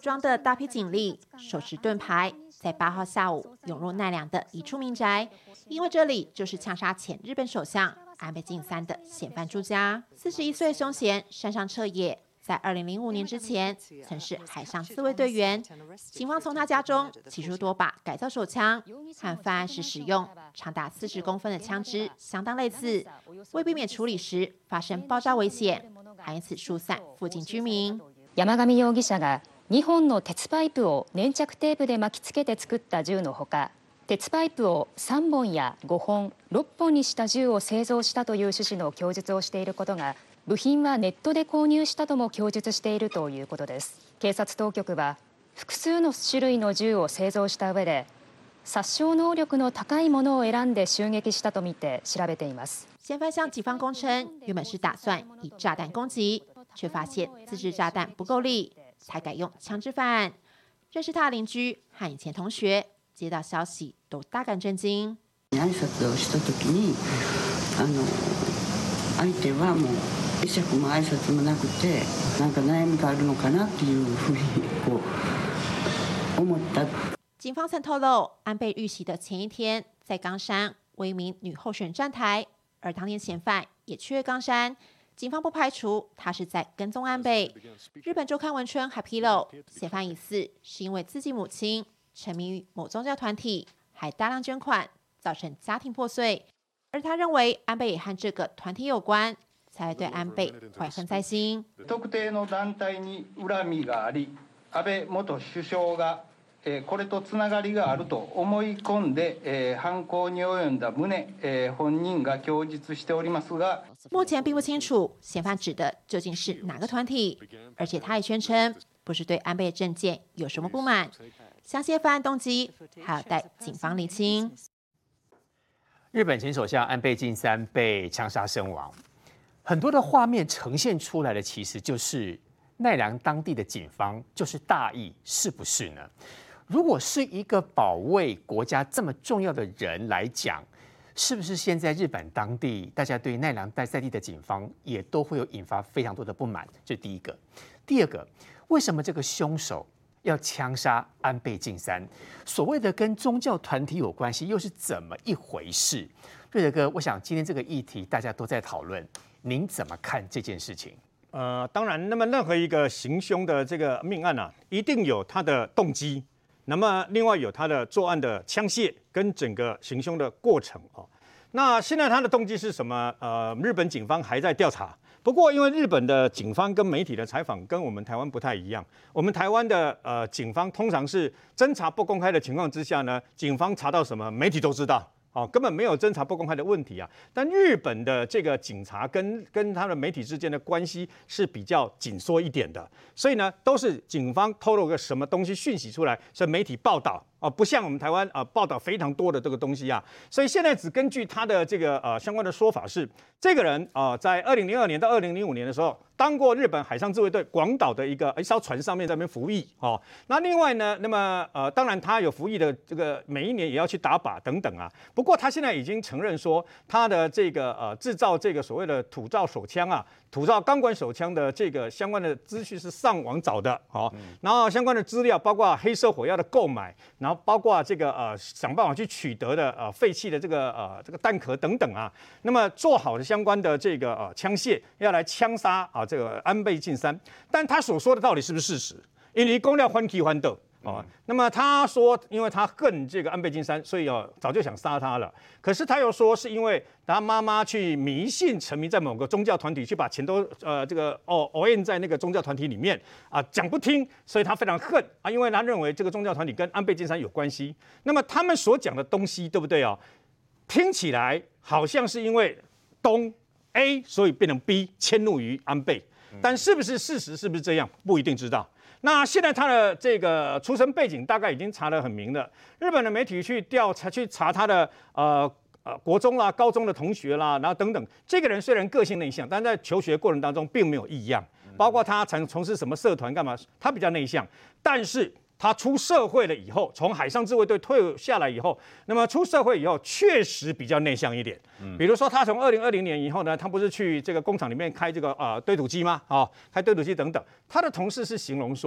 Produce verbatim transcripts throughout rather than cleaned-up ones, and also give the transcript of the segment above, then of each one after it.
装的大批警力手持盾牌，在八号下午涌入奈良的一处民宅，因为这里就是枪杀前日本首相安倍晋三的嫌犯住家。四十一岁凶嫌山上彻也，在二零零五年之前曾是海上自卫队员。警方从他家中起出多把改造手枪，和犯案时使用长达四十公分的枪支相当类似，为避免处理时发生爆炸危险，还因此疏散附近居民。 山上容疑者がにほんの鉄パイプを粘着テープで巻きつけて作った銃のほか、鉄パイプをさんぼんやごほん、ろっぽんにした銃を製造したという趣旨の供述をしていることが、部品はネットで購入したとも供述しているということです。警察当局は複数の種類の銃を製造した上で、殺傷能力の高いものを選んで襲撃したとみて調べています。 嫌犯向警方供称，原本是打算以炸弹攻击，却发现自制炸弹不够力，才改用枪支犯案。认识他的邻居和以前同学接到消息都大感震惊。 挨拶をした時に、あの相手はもう会釈も挨拶もなくて、なんか悩みがあるのかなっていうふうにこう思った。 警方曾透露，安倍遇袭的前一天在冈山为一名女候选人站台，而当天嫌犯也去了冈山。警方不排除他是在跟踪安倍。日本周刊文春还披露，嫌犯疑似是因为自己母亲沉迷于某宗教团体，还大量捐款，造成家庭破碎。而他认为安倍也和这个团体有关，才会对安倍怀恨在心。 特定の団体に恨みがあり、安倍元首相がこれとつながりがあると思い込んで犯行に及んだ旨、本人が供述しておりますが， 目前并不清楚嫌犯指的究竟是哪个团体，而且他也宣称不是对安倍的政见有什么不满，详细犯案动机还要待警方厘清。 日本前首相安倍晋三被枪杀身亡，很多的画面呈现出来的其实就是奈良当地的警方就是大意，是不是呢？如果是一个保卫国家这么重要的人来讲，是不是现在日本当地大家对奈良在地的警方也都会有引发非常多的不满？这是第一个。第二个，为什么这个凶手要枪杀安倍晋三？所谓的跟宗教团体有关系，又是怎么一回事？瑞德哥，我想今天这个议题大家都在讨论，您怎么看这件事情？ 呃，当然，那么任何一个行凶的这个命案啊，一定有他的动机，那么另外有他的作案的枪械跟整个行凶的过程哦。那现在他的动机是什么？呃，日本警方还在调查。不过，因为日本的警方跟媒体的采访跟我们台湾不太一样，我们台湾的呃警方通常是侦查不公开的情况之下呢，警方查到什么，媒体都知道。哦，根本没有侦查不公开的问题啊。但日本的这个警察跟跟他的媒体之间的关系是比较紧缩一点的，所以呢，都是警方透露个什么东西讯息出来，是媒体报道。哦，不像我们台湾啊、呃、报道非常多的这个东西啊，所以现在只根据他的这个呃相关的说法是，这个人啊、呃、在二零零二年到二零零五年的时候，当过日本海上自卫队广岛的一个一艘船上面在那边服役哦。那另外呢，那么呃当然他有服役的这个每一年也要去打靶等等啊。不过他现在已经承认说，他的这个呃制造这个所谓的土造手枪啊。土造钢管手枪的这个相关的资讯是上网找的，哦，然后相关的资料包括黑色火药的购买，然后包括这个呃想办法去取得的呃废弃的这个呃这个弹壳等等啊，那么做好的相关的这个呃枪械要来枪杀啊这个安倍晋三，但他所说的到底是不是事实？因为公料欢喜欢斗。哦，那么他说，因为他恨这个安倍晋三，所以哦早就想杀他了。可是他又说，是因为他妈妈去迷信、沉迷在某个宗教团体，去把钱都呃这个哦哦印在那个宗教团体里面啊，讲不听，所以他非常恨啊，因为他认为这个宗教团体跟安倍晋三有关系。那么他们所讲的东西，对不对哦？听起来好像是因为东 A， 所以变成 B， 迁怒于安倍，但是不是事实，是不是这样，不一定知道。那现在他的这个出身背景大概已经查得很明了，日本的媒体去调查去查他的呃呃国中啦、高中的同学啦，然后等等。这个人虽然个性内向，但在求学过程当中并没有异样，包括他曾从事什么社团干嘛，他比较内向，但是。他出社会了以后，从海上自卫队退下来以后，那么出社会以后确实比较内向一点。嗯，比如说他从二零二零年以后呢，他不是去这个工厂里面开这个呃堆土机吗？哦，开堆土机等等。他的同事是形容说，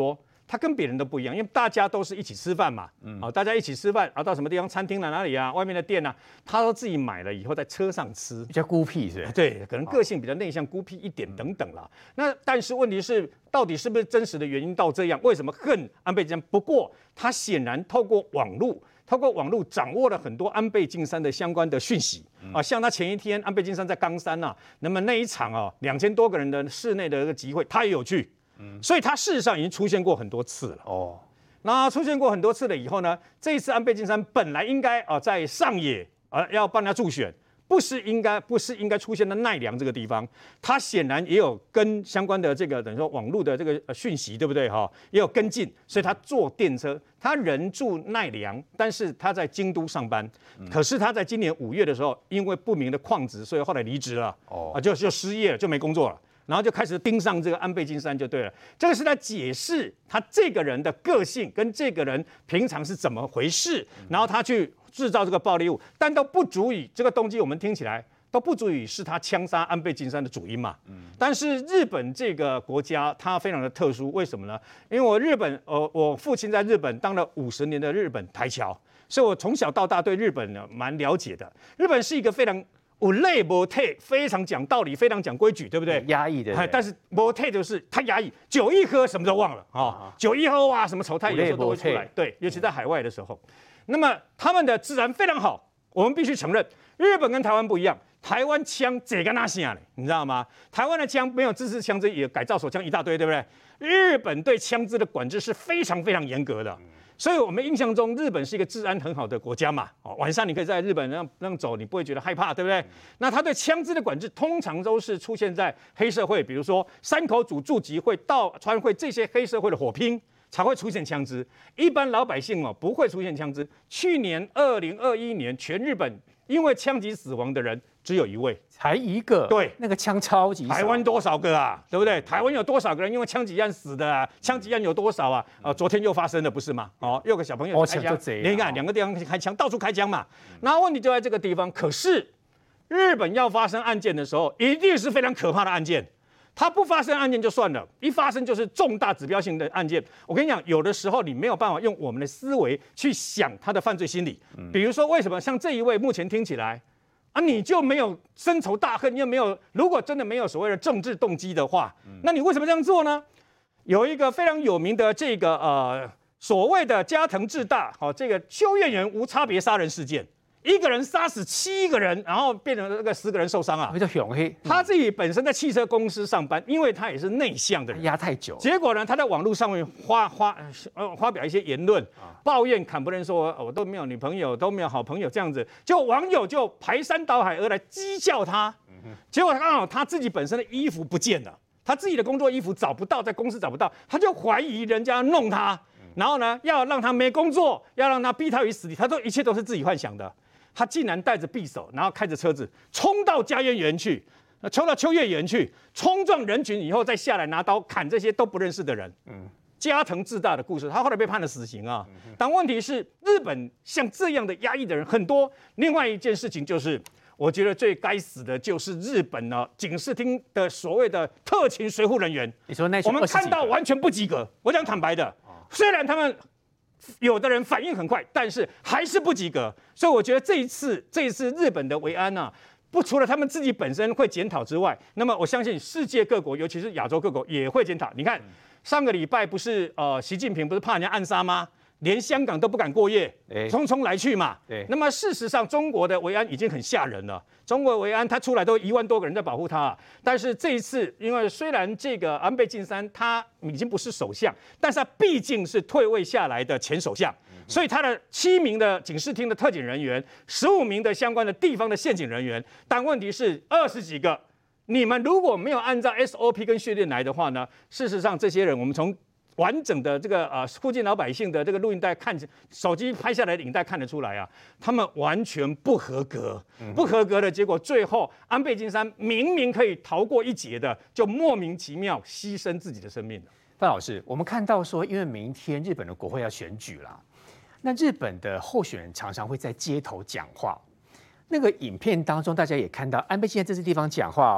他跟别人都不一样，因为大家都是一起吃饭嘛，嗯，好，大家一起吃饭，然后到什么地方，餐厅啦、哪里啊，外面的店啊，他都自己买了以后在车上吃， 比较孤僻是不是？ 对，可能个性比较内向、孤僻一点等等啦。那但是问题是，到底是不是真实的原因到这样？为什么恨安倍晋三？不过他显然透过网络。透过网络掌握了很多安倍晋三的相关的讯息啊，像他前一天安倍晋三在冈山啊，那么那一场啊两千多个人的室内的一个集会，他也有去，所以他事实上已经出现过很多次了哦。那出现过很多次了以后呢，这一次安倍晋三本来应该啊在上野啊要帮他助选。不是应该不是应该出现在奈良这个地方，他显然也有跟相关的这个等于说网络的这个讯息，对不对哈？也有跟进，所以他坐电车，他人住奈良，但是他在京都上班。可是他在今年五月的时候，因为不明的旷职，所以后来离职了，哦，啊就就失业了，就没工作了。然后就开始盯上这个安倍晋三就对了，这个是在解释他这个人的个性跟这个人平常是怎么回事，然后他去制造这个暴力物，但都不足以这个动机，我们听起来都不足以是他枪杀安倍晋三的主因嘛。但是日本这个国家它非常的特殊，为什么呢？因为我日本，呃，我父亲在日本当了五十年的日本台侨，所以我从小到大对日本呢蛮了解的。日本是一个非常有类无退，非常讲道理，非常讲规矩，对不对？ 压抑的， 但是无退就是他压抑，酒一喝什么都忘了啊，酒一喝哇，什么丑态有时候都会出来。对，尤其在海外的时候，那么他们的治安非常好，我们必须承认，日本跟台湾不一样，台湾枪这个那些嘞，你知道吗？台湾的枪没有自制枪支，也改造手枪一大堆，对不对？日本对枪支的管制是非常非常严格的。所以我们印象中，日本是一个治安很好的国家嘛。哦，晚上你可以在日本那样那样走，你不会觉得害怕，对不对？那他对枪支的管制，通常都是出现在黑社会，比如说山口组驻集会、稻川会这些黑社会的火拼，才会出现枪支。一般老百姓哦，不会出现枪支。去年二零二一年，全日本因为枪击死亡的人只有一位， 才一个。对，那个枪超级少。 台湾多少个啊？对不对？台湾有多少个人因为枪击案死的啊？枪击案有多少啊？啊，昨天又发生了，不是吗？哦，有个小朋友开枪，你看两个地方开枪，到处开枪嘛。然后问题就在这个地方。可是日本要发生案件的时候，一定是非常可怕的案件。它不发生案件就算了，一发生就是重大指标性的案件。我跟你讲，有的时候你没有办法用我们的思维去想他的犯罪心理。比如说，为什么像这一位，目前听起来啊，你就没有深仇大恨，又没有，如果真的没有所谓的政治动机的话，那你为什么这样做呢？有一个非常有名的这个呃所谓的加藤智大，好、哦，这个秋叶原无差别杀人事件。一个人杀死七个人，然后变成那个十个人受伤啊！ 比较勇黑。 他自己本身在汽车公司上班，因为他也是内向的人， 压太久。 结果呢，他在网络上面发发呃发表一些言论，抱怨坎伯伦说：“我都没有女朋友，都没有好朋友，这样子。”就网友就排山倒海而来讥笑他。结果刚好他自己本身的衣服不见了，他自己的工作衣服找不到，在公司找不到，他就怀疑人家弄他，然后呢，要让他没工作，要让他逼他于死地，他都一切都是自己幻想的。他竟然带着匕首，然后开着车子冲到嘉渊园去，冲到秋叶原去，冲撞人群以后再下来拿刀砍这些都不认识的人。嗯，加藤智大的故事，他后来被判了死刑啊。但问题是，日本像这样的压抑的人很多。另外一件事情就是，我觉得最该死的就是日本呢警视厅的所谓的特勤随护人员。 你说那些我们看到完全不及格。我讲坦白的，虽然他们有的人反应很快，但是还是不及格。所以我觉得这一次，这一次日本的维安啊，不除了他们自己本身会检讨之外，那么我相信世界各国，尤其是亚洲各国也会检讨。你看，上个礼拜不是呃，习近平不是怕人家暗杀吗？连香港都不敢过夜，匆匆来去嘛。对。那么事实上，中国的维安已经很吓人了。中国维安他出来都一万多个人在保护他、啊，但是这一次，因为虽然这个安倍晋三他已经不是首相，但是他毕竟是退位下来的前首相，所以他的七名的警视厅的特警人员，十五名的相关的地方的宪警人员，但问题是二十几个，你们如果没有按照 S O P 跟训练来的话呢，事实上这些人我们从完整的这个呃附近老百姓的这个录音带看，手机拍下来的影带看得出来啊，他们完全不合格，不合格的结果，最后安倍晋三明明可以逃过一劫的，就莫名其妙牺牲自己的生命了。 范老师，我们看到说，因为明天日本的国会要选举啦，那日本的候选人常常会在街头讲话。那个影片当中，大家也看到安倍晋三在这些地方讲话哦，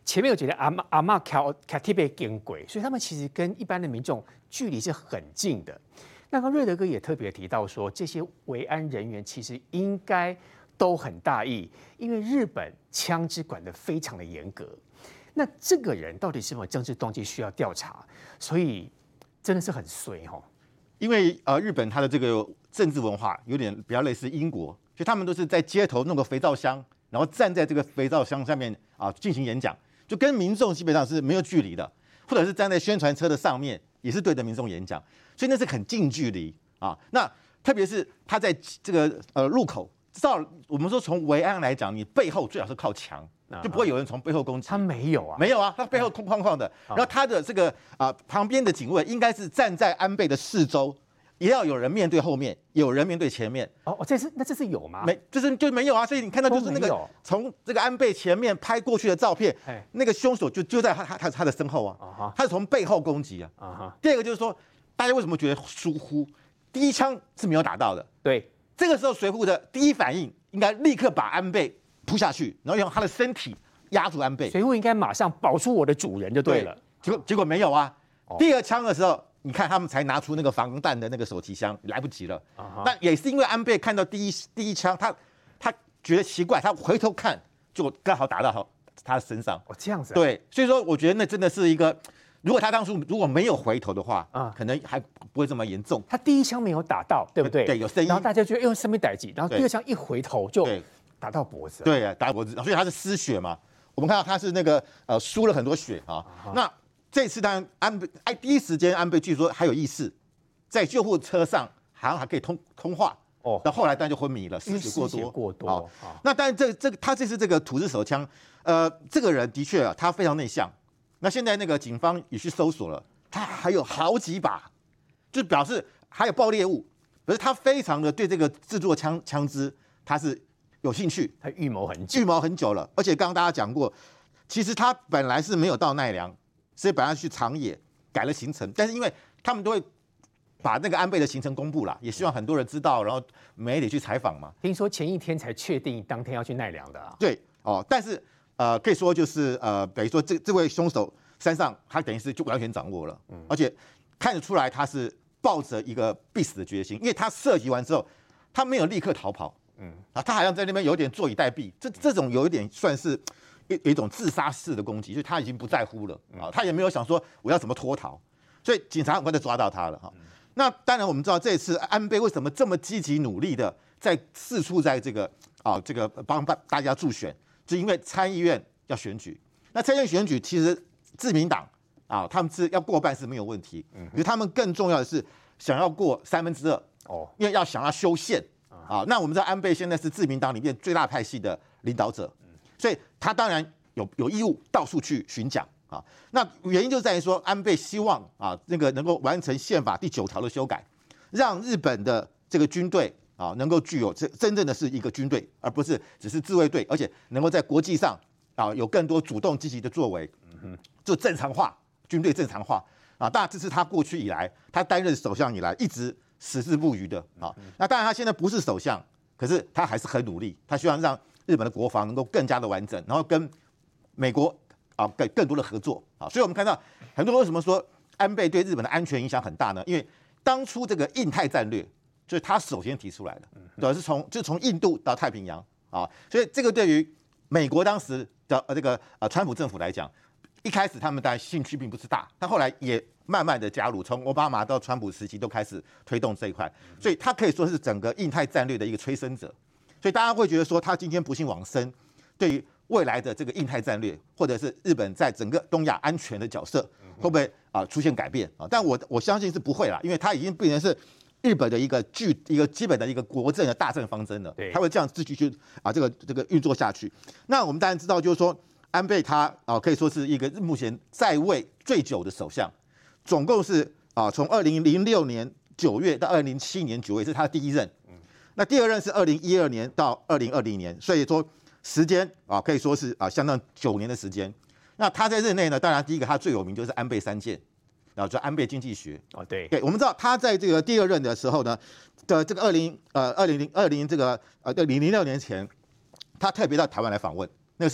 前面有觉得阿妈阿妈卡卡特别跟鬼，所以他们其实跟一般的民众距离是很近的。那刚瑞德哥也特别提到说，这些维安人员其实应该都很大意，因为日本枪支管得非常的严格。那这个人到底是否政治动机需要调查？所以真的是很衰哈。 因为呃，日本它的这个政治文化有点比较类似英国，所以他们都是在街头弄个肥皂箱，然后站在这个肥皂箱上面啊进行演讲，就跟民众基本上是没有距离的，或者是站在宣传车的上面，也是对着民众演讲，所以那是很近距离啊。那特别是他在这个呃路口，照我们说从维安来讲，你背后最好是靠墙。就不会有人从背后攻击。 他没有啊， 没有啊，他背后空旷旷的。然后他的这个啊、呃、旁边的警卫应该是站在安倍的四周，也要有人面对后面，有人面对前面。 哦，这是那这是有吗？ 没，就是就没有啊。所以你看到就是那个从这个安倍前面拍过去的照片，那个凶手就就在他他他他的身后啊， uh-huh. 他是从背后攻击啊。Uh-huh. 第二个就是说，大家为什么觉得疏忽？第一枪是没有打到的。 对， 这个时候随扈的第一反应应该立刻把安倍扑下去，然后用他的身体压住安倍。 随扈应该马上保出我的主人就对了。 对，结果结果没有啊。哦、第二枪的时候，你看他们才拿出那个防弹的那个手提箱，来不及了。Uh-huh. 那也是因为安倍看到第一第一枪，他他觉得奇怪，他回头看就刚好打到他他身上。 哦，这样子、啊。 对，所以说我觉得那真的是一个，如果他当初如果没有回头的话，啊、uh-huh. 可能还不会这么严重。 他第一枪没有打到，对不对？ 对，有声音。 然后大家就用生命逮击，然后第二枪一回头就。打到脖子， 对啊，打到脖子，所以他是失血嘛。我们看到他是那个呃输了很多血啊。Uh-huh. 那这次当然安倍哎第一时间安倍据说还有意识，在救护车上好像还可以通通话哦。那、oh. 后来当然就昏迷了，失血过多。 失血过多。 哦 oh. 那当然这这个他这次这个土制手枪，呃，这个人的确啊，他非常内向。那现在那个警方也去搜索了，他还有好几把，就表示还有爆裂物，可是他非常的对这个制作枪枪支他是。有兴趣， 他预谋很久， 预谋很久了。而且刚刚大家讲过，其实他本来是没有到奈良，所以本来去长野改了行程，但是因为他们都会把那个安倍的行程公布了，也希望很多人知道，然后媒体去采访嘛。 听说前一天才确定当天要去奈良的啊。 对哦，但是呃，可以说就是呃，等于说这这位凶手身上他等于是就完全掌握了，嗯、而且看得出来他是抱着一个必死的决心，因为他射击完之后，他没有立刻逃跑。嗯啊，他好像在那边有点坐以待毙，这这种有一点算是一一种自杀式的攻击，所以他已经不在乎了啊，他也没有想说我要怎么脱逃，所以警察很快就抓到他了哈。那当然我们知道这次安倍为什么这么积极努力的在四处在这个啊这个帮大家助选，就因为参议院要选举，那参议院选举其实自民党啊他们是要过半是没有问题，可是他们更重要的是想要过三分之二哦，因为要想要修宪。啊，那我们知道安倍现在是自民党里面最大派系的领导者，所以他当然有有义务到处去巡讲啊。那原因就在于说，安倍希望啊，那个能够完成宪法第九条的修改，让日本的这个军队啊，能够具有这真正的是一个军队，而不是只是自卫队，而且能够在国际上啊有更多主动积极的作为，就正常化军队正常化啊。当然，这是他过去以来他担任首相以来一直。矢志不渝的啊，那当然他现在不是首相，可是他还是很努力，他希望让日本的国防能够更加的完整，然后跟美国啊更更多的合作啊。所以我们看到很多人为什么说安倍对日本的安全影响很大呢？因为当初这个印太战略就是他首先提出来的，对，是从就从印度到太平洋啊，所以这个对于美国当时的呃这个呃川普政府来讲，一开始他们当然兴趣并不是大，但后来也。慢慢的加入，从奥巴马到川普时期都开始推动这一块，所以他可以说是整个印太战略的一个催生者。所以大家会觉得说，他今天不幸往生，对于未来的这个印太战略，或者是日本在整个东亚安全的角色，会不会啊出现改变啊？但我我相信是不会啦，因为他已经变成是日本的一个具一个基本的一个国政的大政方针了，他会这样继续去啊这个这个运作下去。那我们当然知道，就是说安倍他啊可以说是一个目前在位最久的首相。总共是啊，从二零零六年九月到二零零七年九月，是他的第一任。那第二任是二零一二年到二零二零年，所以说时间啊可以说是啊相当九年的时间。那他在任内呢，当然第一个他最有名就是安倍三件，然后就安倍经济学。 哦，对， 对，我们知道他在这个第二任的时候呢的这个二零呃二零零二零这个呃零零六年前，他特别到台湾来访问。那个时候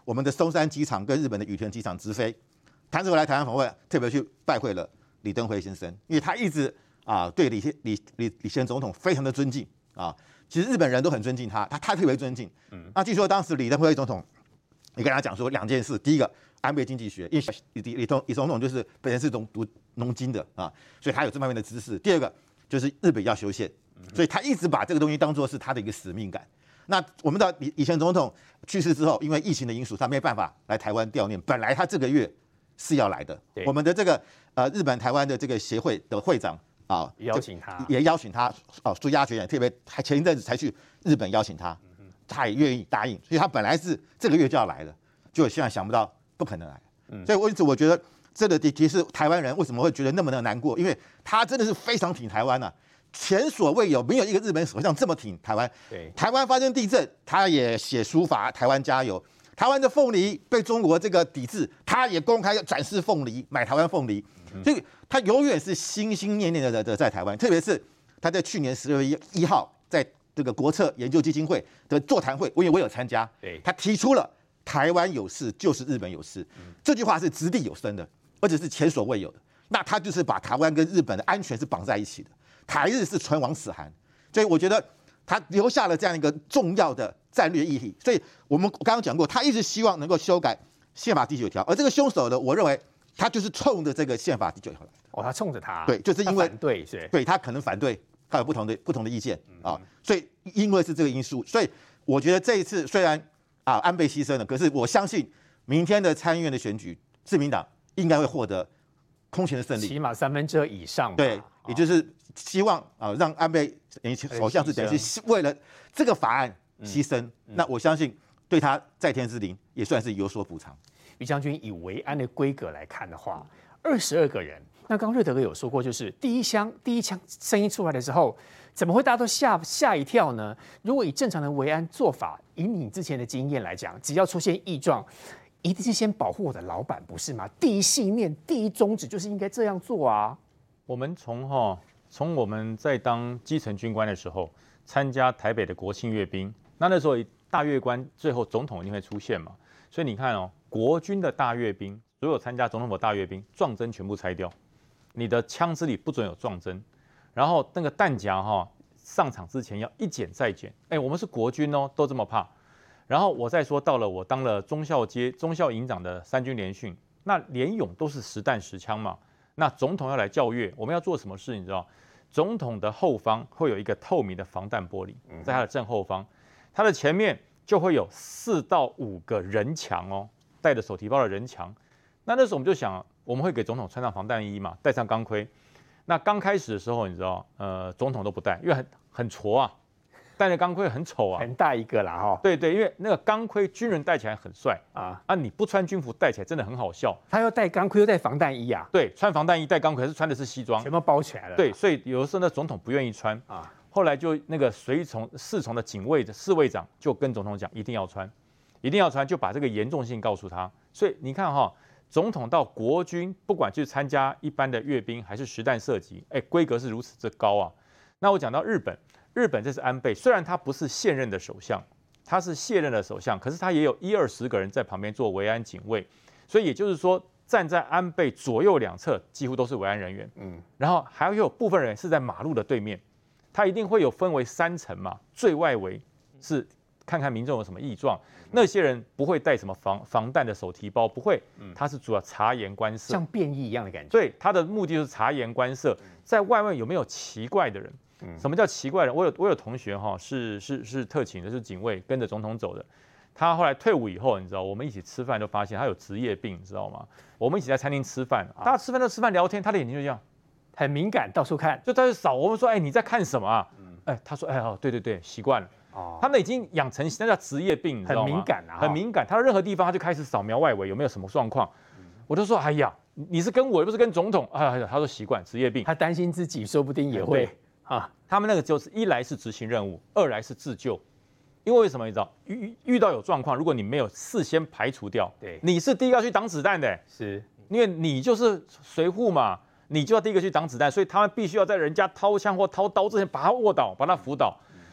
我们的松山机场跟日本的羽田机场直飞。谭志伟来台湾访问，特别去拜会了李登辉先生，因为他一直啊对李李李李前总统非常的尊敬啊。其实日本人都很尊敬他，他他特别尊敬。嗯，那据说当时李登辉总统也跟他讲说两件事，第一个安倍经济学，因为李李李李总统就是本身是读读农经的啊，所以他有这方面的知识。第二个就是日本要修宪，所以他一直把这个东西当作是他的一个使命感。那我们的李李前总统去世之后，因为疫情的因素，他没办法来台湾悼念。本来他这个月是要来的，我们的这个呃日本台湾的这个协会的会长啊， 邀请他， 也邀请他哦，朱家全特别还前一阵子才去日本邀请他，他也愿意答应，所以他本来是这个月就要来的，就现在想不到不可能来。嗯，所以因此我觉得这个的确是台湾人为什么会觉得那么的难过，因为他真的是非常挺台湾啊。前所未有，没有一个日本首相这么挺台湾。对，台湾发生地震，他也写书法，台湾加油。台湾的凤梨被中国这个抵制，他也公开展示凤梨，买台湾凤梨。所以他永远是心心念念的的在台湾，特别是他在去年十二月一号在这个国策研究基金会的座谈会，我也我有参加。对，他提出了台湾有事就是日本有事，这句话是掷地有声的，而且是前所未有的。那他就是把台湾跟日本的安全是绑在一起的。台日是唇亡齿寒，所以我觉得他留下了这样一个重要的战略意义。所以我们刚刚讲过，他一直希望能够修改宪法第九条，而这个凶手呢，我认为他就是冲着这个宪法第九条来的。 哦，他冲着他， 对，就是因为反对，是， 对他可能反对，他有不同的不同的意见啊、嗯，所以因为是这个因素，所以我觉得这一次虽然啊安倍牺牲了，可是我相信明天的参议院的选举，自民党应该会获得空前的胜利， 起码三分之二以上吧。 对，也就是希望啊让安倍首相是等于是为了这个法案牺牲，嗯嗯、那我相信对他在天之灵也算是有所补偿。 于将军以维安的规格来看的话，二十二个人，那刚刚瑞德哥有说过，就是第一枪第一枪声音出来的时候，怎么会大家都吓吓一跳呢？如果以正常的维安做法，以你之前的经验来讲，只要出现异状，一定是先保护我的老板，不是吗？第一信念、第一宗旨就是应该这样做啊。 我们从哈从我们在当基层军官的时候，参加台北的国庆阅兵，那那时候大阅官最后总统一定会出现嘛，所以你看哦，国军的大阅兵，所有参加总统府大阅兵，撞针全部拆掉，你的枪支里不准有撞针，然后那个弹夹哈上场之前要一检再检，哎，我们是国军哦，都这么怕。然后我再说，到了我当了中校阶中校营长的三军联训，那联勇都是实弹实枪嘛。那总统要来校阅，我们要做什么事？你知道，总统的后方会有一个透明的防弹玻璃，在他的正后方，他的前面就会有四到五个人墙哦，带着手提包的人墙。那那时候我们就想，我们会给总统穿上防弹衣嘛，戴上钢盔。那刚开始的时候，你知道，呃，总统都不戴，因为很很矬啊。戴着钢盔很丑啊， 很大一个啦哈。 对对，因为那个钢盔军人戴起来很帅啊，啊你不穿军服戴起来真的很好笑。 他又戴钢盔又戴防弹衣啊。 对，穿防弹衣戴钢盔，可是穿的是西装， 全部包起来了。 对，所以有的时候那总统不愿意穿啊。后来就那个随从侍从的警卫的侍卫长就跟总统讲，一定要穿，一定要穿，就把这个严重性告诉他。所以你看哈，总统到国军，不管去参加一般的阅兵还是实弹射击，哎，规格是如此之高啊。那我讲到日本。日本这是安倍，虽然他不是现任的首相，他是卸任的首相，可是他也有一二十个人在旁边做维安警卫，所以也就是说，站在安倍左右两侧几乎都是维安人员，嗯，然后还有部分人是在马路的对面，他一定会有分为三层嘛，最外围是看看民众有什么异状，那些人不会带什么防防弹的手提包，不会，他是主要察言观色， 像便衣一样的感觉， 对，他的目的就是察言观色，在外面有没有奇怪的人。什么叫奇怪的？我有我有同学哈，是是是特勤的，是警卫，跟着总统走的。他后来退伍以后，你知道，我们一起吃饭就发现他有职业病，你知道吗？我们一起在餐厅吃饭，大家吃饭都吃饭聊天，他的眼睛就这样， 很敏感，到处看， 就他就扫。我们说，哎，你在看什么啊？哎，他说，哎哦，对对对，习惯了。哦，他们已经养成那叫职业病，你知道吗？ 很敏感啊， 很敏感。他的任何地方他就开始扫描外围有没有什么状况。我就说，哎呀，你是跟我又不是跟总统。哎呀，他说习惯职业病， 他担心自己说不定也会。 啊，他们那个就是一来是执行任务，二来是自救。因为为什么你知道，遇遇到有状况，如果你没有事先排除掉，对，你是第一个要去挡子弹的， 是因为你就是随扈嘛，你就要第一个去挡子弹，所以他们必须要在人家掏枪或掏刀之前把他卧倒，把他扶倒。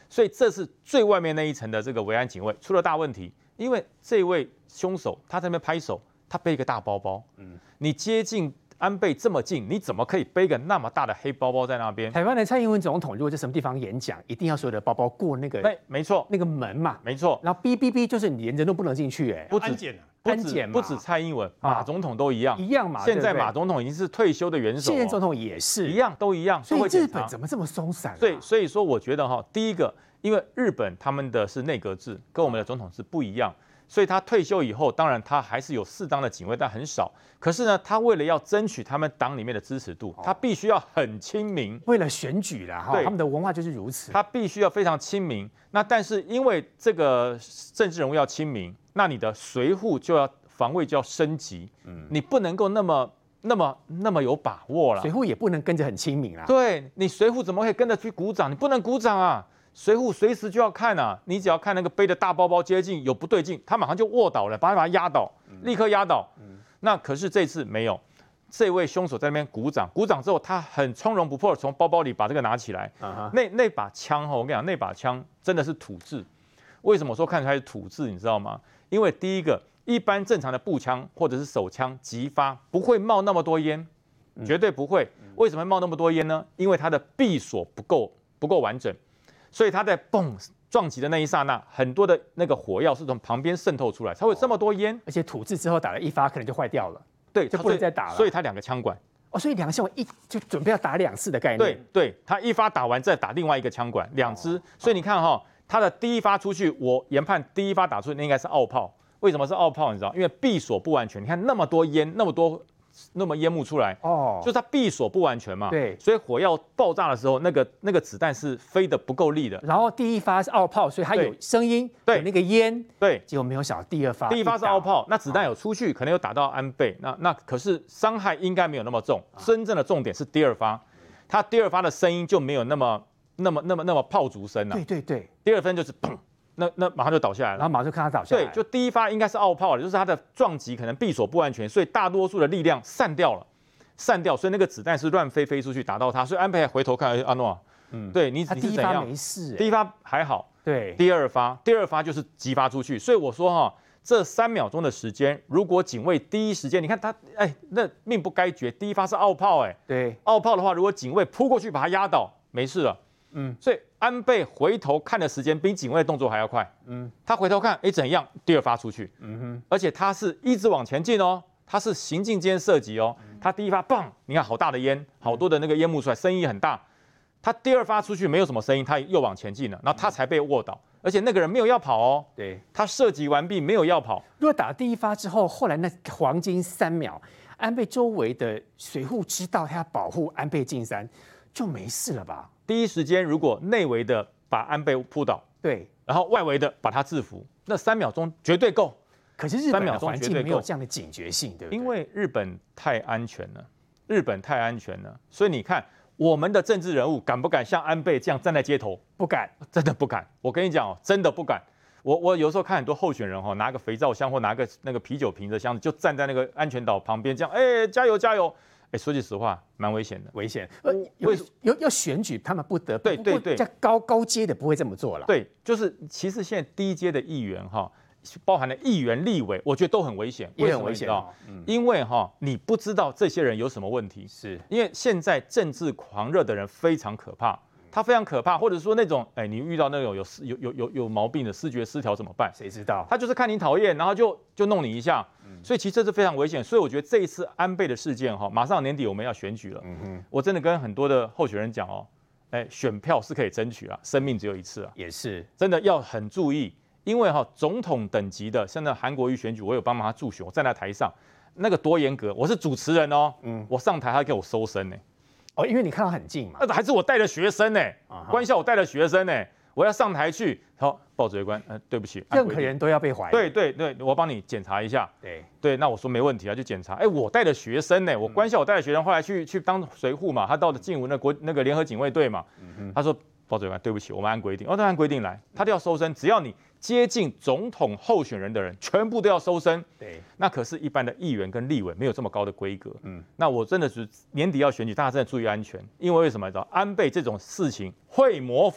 所以这是最外面那一层的这个维安警卫出了大问题，因为这位凶手他在那边拍手，他背一个大包包，嗯，你接近安倍这么近，你怎么可以背个那么大的黑包包在那边？ 台湾的蔡英文总统如果在什么地方演讲，一定要所有的包包过那个， 对，没错， 那个门嘛， 没错。 然后哔哔哔，就是你连人都不能进去，哎， 不安检啊， 安检不止蔡英文，马总统都一样， 一样嘛。 现在马总统已经是退休的元首， 现任总统也是一样，都一样。 所以日本怎么这么松散？ 所以所以说，我觉得哈，第一个，因为日本他们的是内阁制，跟我们的总统制不一样。所以他退休以后，当然他还是有适当的警卫，但很少。可是呢，他为了要争取他们党里面的支持度，他必须要很亲民。 为了选举啦，哈，他们的文化就是如此。 他必须要非常亲民。那但是因为这个政治人物要亲民，那你的随扈就要防卫就要升级，嗯，你不能够那么那么那么有把握了。 随扈也不能跟着很亲民啦。 对你随扈怎么可以跟着去鼓掌？你不能鼓掌啊！随扈随时就要看啊，你只要看那个背的大包包接近有不对劲，他马上就卧倒了，把他把他压倒，立刻压倒。嗯、那可是这次没有，这位凶手在那边鼓掌，鼓掌之后他很从容不迫的从包包里把这个拿起来。Uh-huh. 那那把枪哈，我跟你讲，那把枪真的是土制。为什么说看出来是土制？你知道吗？因为第一个，一般正常的步枪或者是手枪击发不会冒那么多烟，绝对不会。嗯、为什么会冒那么多烟呢？因为它的闭锁不够不够完整。所以它在嘣撞击的那一刹那，很多的那个火药是从旁边渗透出来，才会这么多烟。 而且土制之后打了一发，可能就坏掉了， 对， 就不能再打了。 所以它两个枪管， 哦，所以两个枪管一就准备要打两次的概念。 对对，它一发打完再打另外一个枪管，两支。所以你看哈、哦，它的第一发出去，我研判第一发打出去那应该是奥炮。为什么是奥炮？你知道？因为闭锁不完全。你看那么多烟，那么多。那么烟幕出来哦，就是它闭锁不完全嘛， 对， 所以火药爆炸的时候，那个那个子弹是飞得不够力的。 然后第一发是奥炮，所以它有声音， 对， 有那个烟， 对， 结果没有想到第二发， 第一发是奥炮，那子弹有出去，可能有打到安倍，那那可是伤害应该没有那么重，真正的重点是第二发，它第二发的声音就没有那么那么那么那么炮竹声了， 对对对， 第二分就是砰。那那马上就倒下来了， 然后马上就看他倒下来。 对，就第一发应该是奥炮了，就是它的撞击可能闭锁不完全，所以大多数的力量散掉了，散掉，所以那个子弹是乱飞飞出去打到他，所以安倍还回头看阿诺，嗯，对你他第一发没事， 第一发还好， 对， 第二发第二发就是激发出去，所以我说哈，这三秒钟的时间，如果警卫第一时间，你看他哎，那命不该绝，第一发是奥炮哎， 对， 奥炮的话，如果警卫扑过去把他压倒，没事了。嗯，所以安倍回头看的时间比警卫的动作还要快。嗯，他回头看，哎，怎样？第二发出去。嗯哼，而且他是一直往前进哦，他是行进间射击哦。他第一发棒，你看好大的烟，好多的那个烟幕出来，声音很大。他第二发出去没有什么声音，他又往前进了，然后他才被卧倒。而且那个人没有要跑哦， 对， 他射击完毕没有要跑。 如果打第一发之后，后来那黄金三秒，安倍周围的随扈知道他要保护安倍晋三，就没事了吧？ 第一时间，如果内围的把安倍扑倒， 对， 然后外围的把他制服，那三秒钟绝对够。 可是日本的环境没有这样的警觉性，对不对？ 因为日本太安全了，日本太安全了，所以你看我们的政治人物敢不敢像安倍这样站在街头？ 不敢， 真的不敢。我跟你讲哦，真的不敢。我我有时候看很多候选人哈、哦，拿个肥皂箱或拿个那个啤酒瓶的箱子，就站在那个安全岛旁边，这样，哎，加油加油！哎，说句实话，蛮危险的， 危险。呃，有有要选举，他们不得对对对， 在高高阶的不会这么做了。 对，就是其实现在低阶的议员哈，包含了议员、立委，我觉得都很危险， 也很危险哦。嗯、因为哈，你不知道这些人有什么问题， 是因为现在政治狂热的人非常可怕。他非常可怕，或者说那种，哎，你遇到那种有有有有有毛病的视觉失调怎么办？ 谁知道？ 他就是看你讨厌，然后就就弄你一下，嗯、所以其实这是非常危险。所以我觉得这一次安倍的事件哈，马上年底我们要选举了，嗯哼，我真的跟很多的候选人讲哦，哎，选票是可以争取啊，生命只有一次啊， 也是真的要很注意，因为哈总统等级的，像那韩国瑜选举，我有帮忙他助选，我站在台上，那个多严格，我是主持人哦，嗯，我上台他给我收身呢。 哦，因为你看到很近嘛， 那还是我带的学生呢、欸，官校我带的学生呢、欸，我要上台去，好，报指挥官，呃，对不起， 任何人都要被怀疑， 对对对，我帮你检查一下， 对对，那我说没问题啊，就检查，哎，我带的学生呢、欸，我官校我带的学生，后来去去当随扈嘛，他到了静文的国那个联合警卫队嘛，嗯、他说报指挥官，对不起，我们按规定，哦，按规定来，他都要收身，只要你接近总统候选人的人，全部都要收身。 对， 那可是，一般的议员跟立委没有这么高的规格。嗯，那我真的是年底要选举，大家真的注意安全，因为为什么？知道安倍这种事情会模仿，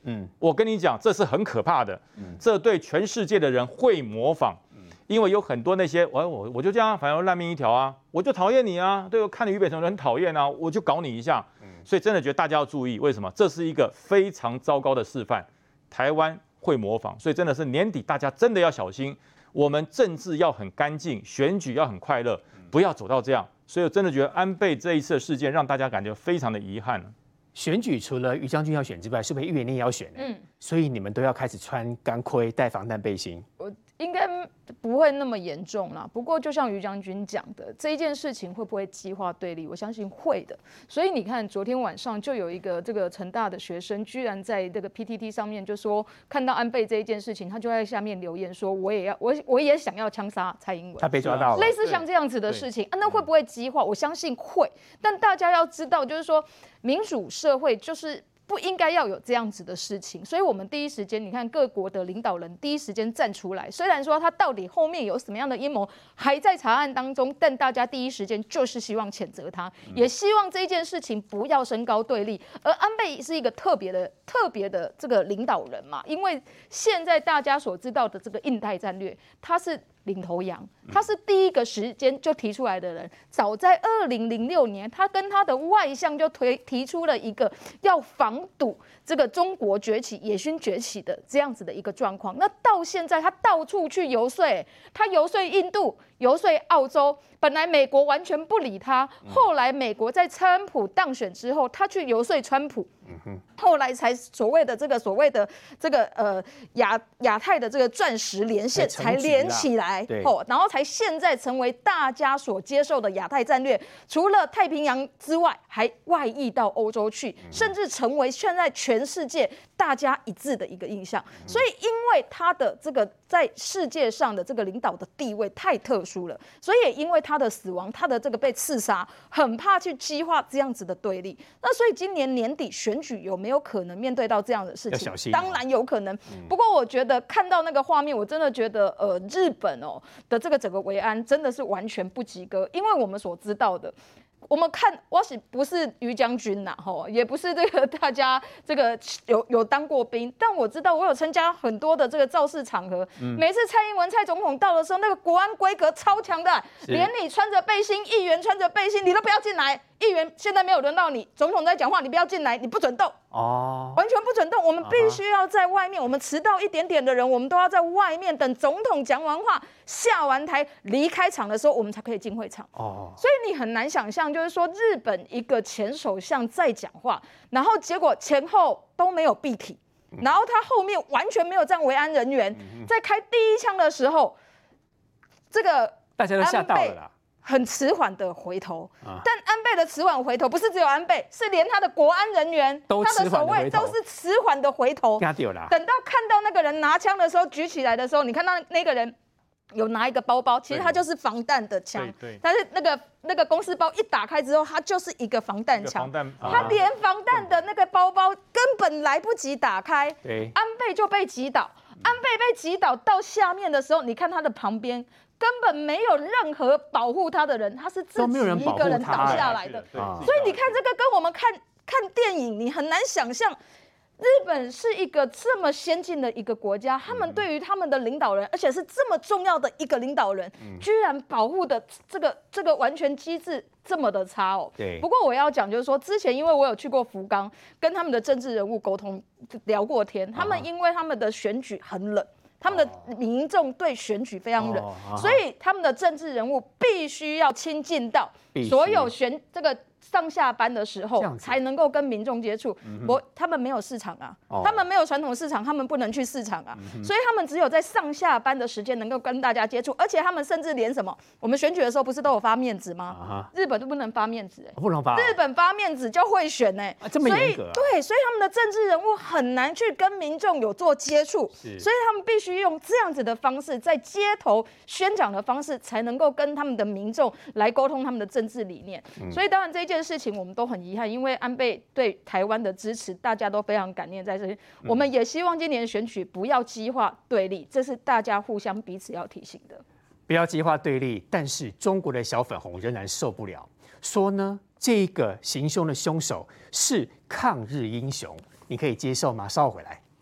嗯，我跟你讲，这是很可怕的，嗯，这对全世界的人会模仿，嗯，因为有很多那些我我我就这样，反正烂命一条啊，我就讨厌你啊，对我看你俞北辰很讨厌啊，我就搞你一下，嗯，所以真的觉得大家要注意，为什么？这是一个非常糟糕的示范，台湾会模仿，所以真的是年底大家真的要小心，我们政治要很干净，选举要很快乐，不要走到这样。所以我真的觉得安倍这一次的事件让大家感觉非常的遗憾。 选举除了于将军要选之外，是不是议员你也要选呢？ 嗯， 所以你们都要开始穿钢盔、戴防弹背心。 我应该不会那么严重啦。不过就像于将军讲的，这一件事情会不会激化对立？我相信会的。所以你看，昨天晚上就有一个这个成大的学生，居然在这个 P T T 上面就说，看到安倍这一件事情，他就在下面留言说，我也要，我我也想要枪杀蔡英文。 他被抓到了， 类似像这样子的事情啊，那会不会激化？我相信会。但大家要知道，就是说民主社会就是不应该要有这样子的事情，所以我们第一时间，你看各国的领导人第一时间站出来，虽然说他到底后面有什么样的阴谋还在查案当中，但大家第一时间就是希望谴责他，也希望这件事情不要升高对立。而安倍是一个特别的、特别的这个领导人嘛，因为现在大家所知道的这个印太战略，他是领头羊，他是第一个时间就提出来的人。早在二零零六年，他跟他的外相就推提出了一个要防堵这个中国崛起、野心崛起的这样子的一个状况。那到现在，他到处去游说，他游说印度，游说澳洲。本来美国完全不理他，后来美国在川普当选之后，他去游说川普。后来才所谓的这个所谓的这个呃亚亚太的这个钻石连线才连起来，哦，然后才现在成为大家所接受的亚太战略，除了太平洋之外，还外溢到欧洲去，甚至成为现在全世界大家一致的一个印象。所以，因为他的这个在世界上的这个领导的地位太特殊了，所以也因为他的死亡，他的这个被刺杀，很怕去激化这样子的对立。那所以今年年底选举有没有可能面对到这样的事情？当然有可能。不过我觉得看到那个画面，我真的觉得呃，日本哦的这个整个维安真的是完全不及格，因为我们所知道的。我们看，我是不是于将军呐？吼，也不是这个大家这个有有当过兵，但我知道我有参加很多的这个造势场合。嗯、每次蔡英文蔡总统到的时候，那个国安规格超强的，连你穿着背心，议员穿着背心，你都不要进来。议员现在没有轮到你，总统在讲话，你不要进来，你不准动哦，完全不准动。我们必须要在外面，我们迟到一点点的人，我们都要在外面等总统讲完话、下完台、离开场的时候，我们才可以进会场。哦，所以你很难想象，就是说日本一个前首相在讲话，然后结果前后都没有闭体，然后他后面完全没有站维安人员，在开第一枪的时候，这个大家都吓到了啦。 很迟缓的回头，啊、但安倍的迟缓回头不是只有安倍，是连他的国安人员、他的守卫都是迟缓的回头。等到看到那个人拿枪的时候，举起来的时候，你看到那个人有拿一个包包，其实他就是防弹的枪，但是那个那个公事包一打开之后，它就是一个防弹枪，他连防弹的那个包包根本来不及打开，安倍就被击倒。安倍被击倒到下面的时候，你看他的旁边。根本没有任何保护他的人，他是自己一个人倒下来的。所以你看这个跟我们看看电影，你很难想象，日本是一个这么先进的一个国家，他们对于他们的领导人，而且是这么重要的一个领导人，居然保护的这个这个完全机制这么的差哦。对。不过我要讲就是说，之前因为我有去过福冈，跟他们的政治人物沟通聊过天，他们因为他们的选举很冷。他们的民众对选举非常冷，哦啊、所以他们的政治人物必须要亲近到所有选这个上下班的时候，才能够跟民众接触。我、嗯、他们没有市场啊，哦、他们没有传统市场，他们不能去市场啊，嗯、所以他们只有在上下班的时间能够跟大家接触，而且他们甚至连什么，我们选举的时候不是都有发面子吗？啊、日本都不能发面子、欸， 不能发、啊。 日本发面子就会选呢、欸啊，这么严格、啊。 对，所以他们的政治人物很难去跟民众有做接触，所以他们必须用这样子的方式，在街头宣讲的方式，才能够跟他们的民众来沟通他们的政治理念。嗯、所以当然这件事情我们都很遗憾，因为安倍对台湾的支持，大家都非常感念在这里。嗯、我们也希望今年选举不要激化对立，这是大家互相彼此要提醒的。 不要激化对立，但是中国的小粉红仍然受不了，说呢这个行凶的凶手是抗日英雄。 你可以接受吗？稍后回来。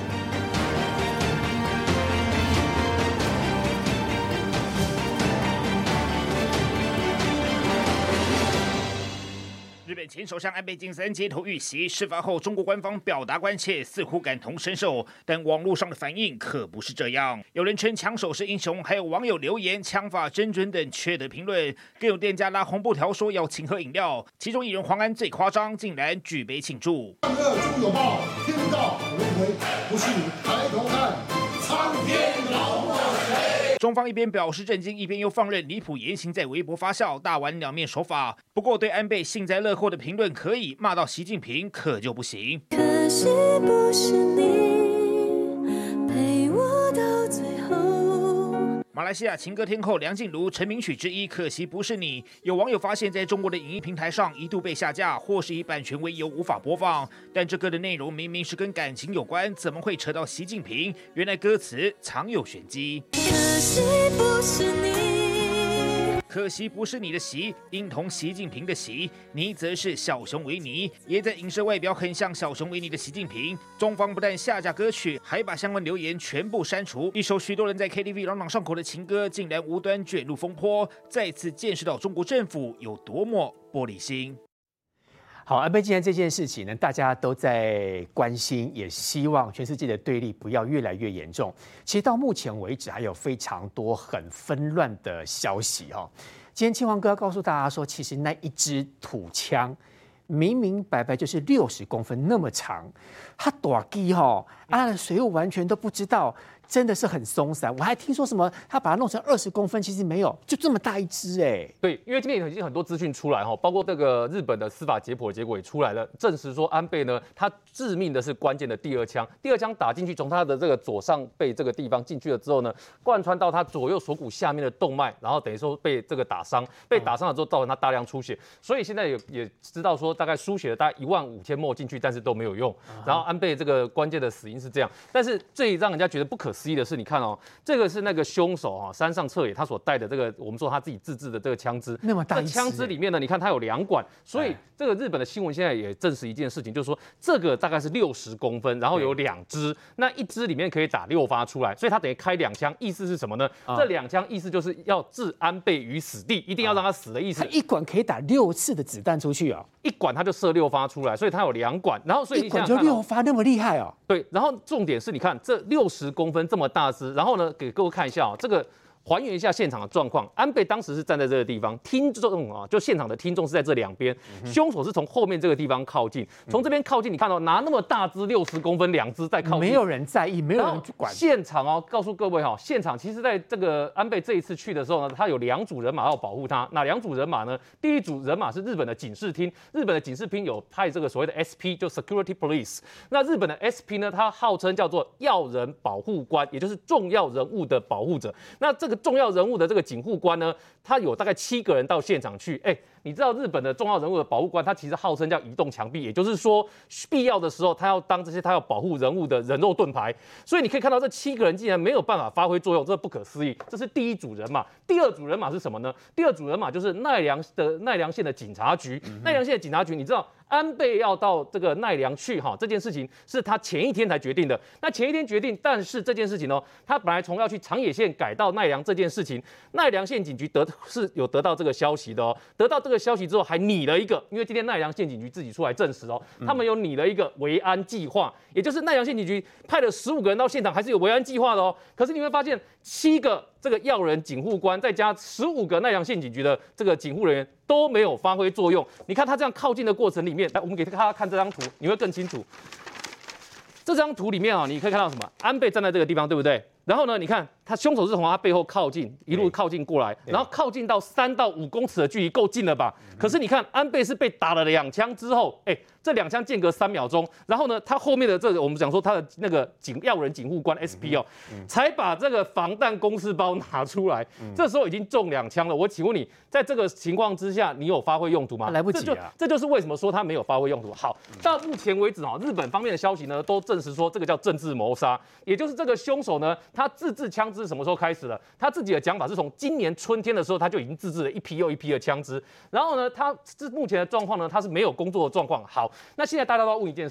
日本前首相安倍晋三街头遇袭，事发后中国官方表达关切，似乎感同身受，但网络上的反应可不是这样。有人称枪手是英雄，还有网友留言枪法真准等缺德评论，更有店家拉红布条说要请喝饮料。其中艺人黄安最夸张，竟然举杯庆祝。 上课猪有报，听不到我认为不信抬头看，苍天饶过谁？ 中方一边表示震惊，一边又放任离谱言行在微博发酵，大玩两面手法。不过对安倍幸灾乐祸的评论可以，骂到习近平可就不行。 可惜不是你陪我到最后。 马来西亚情歌天后梁静茹成名曲之一《可惜不是你》，有网友发现，在中国的影音平台上一度被下架，或是以版权为由无法播放。但这歌的内容明明是跟感情有关，怎么会扯到习近平？原来歌词藏有玄机。 可惜不是你， 可惜不是你的习，音同习近平的习，你则是小熊维尼，也在影射外表很像小熊维尼的习近平。中方不但下架歌曲，还把相关留言全部删除。一首许多人在 K T V 朗朗上口的情歌，竟然无端卷入风波，再次见识到中国政府有多么玻璃心。 好，安倍晋三这件事情呢，大家都在关心，也希望全世界的对立不要越来越严重。其实到目前为止，还有非常多很纷乱的消息哈。今天青黄哥要告诉大家说，其实那一支土枪明明白白就是六十公分那么长，它短机哈，啊，水务完全都不知道。真的是很松散，我还听说什么他把它弄成二十公分，其实没有，就这么大一只哎、欸。 对，因为今天已经很多资讯出来哈，包括这个日本的司法解剖结果也出来了，证实说安倍呢，他致命的是关键的第二枪，第二枪打进去，从他的这个左上背这个地方进去了之后呢，贯穿到他左右锁骨下面的动脉，然后等于说被这个打伤，被打伤了之后造成他大量出血，所以现在也也知道说大概输血了大概一万五千墨进去，但是都没有用。然后安倍这个关键的死因是这样，但是最让人家觉得不可思议的是，你看哦，这个是那个凶手啊，山上彻也他所带的这个，我们说他自己自制的这个枪支， 那么大一支， 枪支里面呢，你看它有两管，所以这个日本的新闻现在也证实一件事情，就是说这个大概是六十公分，然后有两支，那一支里面可以打六发出来，所以他等于开两枪，意思是什么呢？啊、这两枪意思就是要置安倍于死地，一定要让他死的意思。 他一管可以打六次的子弹出去哦， 一管他就射六发出来，所以他有两管，然后所以一管就六发，那么厉害哦。 对，然后重点是你看这六十公分这么大支，然后呢，给各位看一下啊、哦，这个还原一下现场的状况。安倍当时是站在这个地方，听众啊，就现场的听众是在这两边，凶手是从后面这个地方靠近，从这边靠近，你看到、哦、拿那么大支六十公分两支在靠近， 没有人在意，没有人去管。 现场哦，告诉各位哈、哦，现场其实在这个安倍这一次去的时候呢，他有两组人马要保护他。哪两组人马呢？第一组人马是日本的警视厅，日本的警视厅有派这个所谓的 S P， 就 Security Police。那日本的 S P 呢，它号称叫做要人保护官，也就是重要人物的保护者。那这个重要人物的这个警护官呢，他有大概七个人到现场去，哎。你知道日本的重要人物的保护官，他其实号称叫移动墙壁，也就是说，必要的时候他要当这些他要保护人物的人肉盾牌。所以你可以看到这七个人竟然没有办法发挥作用，这不可思议。这是第一组人马。第二组人马是什么呢？第二组人马就是奈良的奈良县的警察局。嗯、奈良县的警察局，你知道安倍要到这个奈良去哈，这件事情是他前一天才决定的。那前一天决定，但是这件事情呢，他本来从要去长野县改到奈良这件事情，奈良县警局得是有得到这个消息的哦，得到这个消息之后还拟了一个，因为今天奈良县警局自己出来证实哦，他们有拟了一个维安计划，也就是奈良县警局派了十五个人到现场，还是有维安计划的哦。可是你会发现，七个这个要人警护官，再加十五个奈良县警局的这个警护人员都没有发挥作用。你看他这样靠近的过程里面，来，我们给大家看这张图，你会更清楚。这张图里面啊，你可以看到什么？安倍站在这个地方，对不对？然后呢，你看他凶手是从他背后靠近，一路靠近过来，然后靠近到三到五公尺的距离，够近了吧？可是你看安倍是被打了两枪之后，哎，这两枪间隔三秒钟，然后呢，他后面的这个我们讲说他的那个警要人警护官 S P 哦，才把这个防弹公事包拿出来，这时候已经中两枪了。我请问你，在这个情况之下，你有发挥用途吗？ 来不及啊！这就是为什么说他没有发挥用途。好，到目前为止哦，日本方面的消息呢都证实说这个叫政治谋杀，也就是这个凶手呢，他自制枪支什么时候开始了？他自己的讲法是从今年春天的时候，他就已经自制了一批又一批的枪支。然后呢，他这目前的状况呢，他是没有工作的状况。好，那现在大家都要问一件事：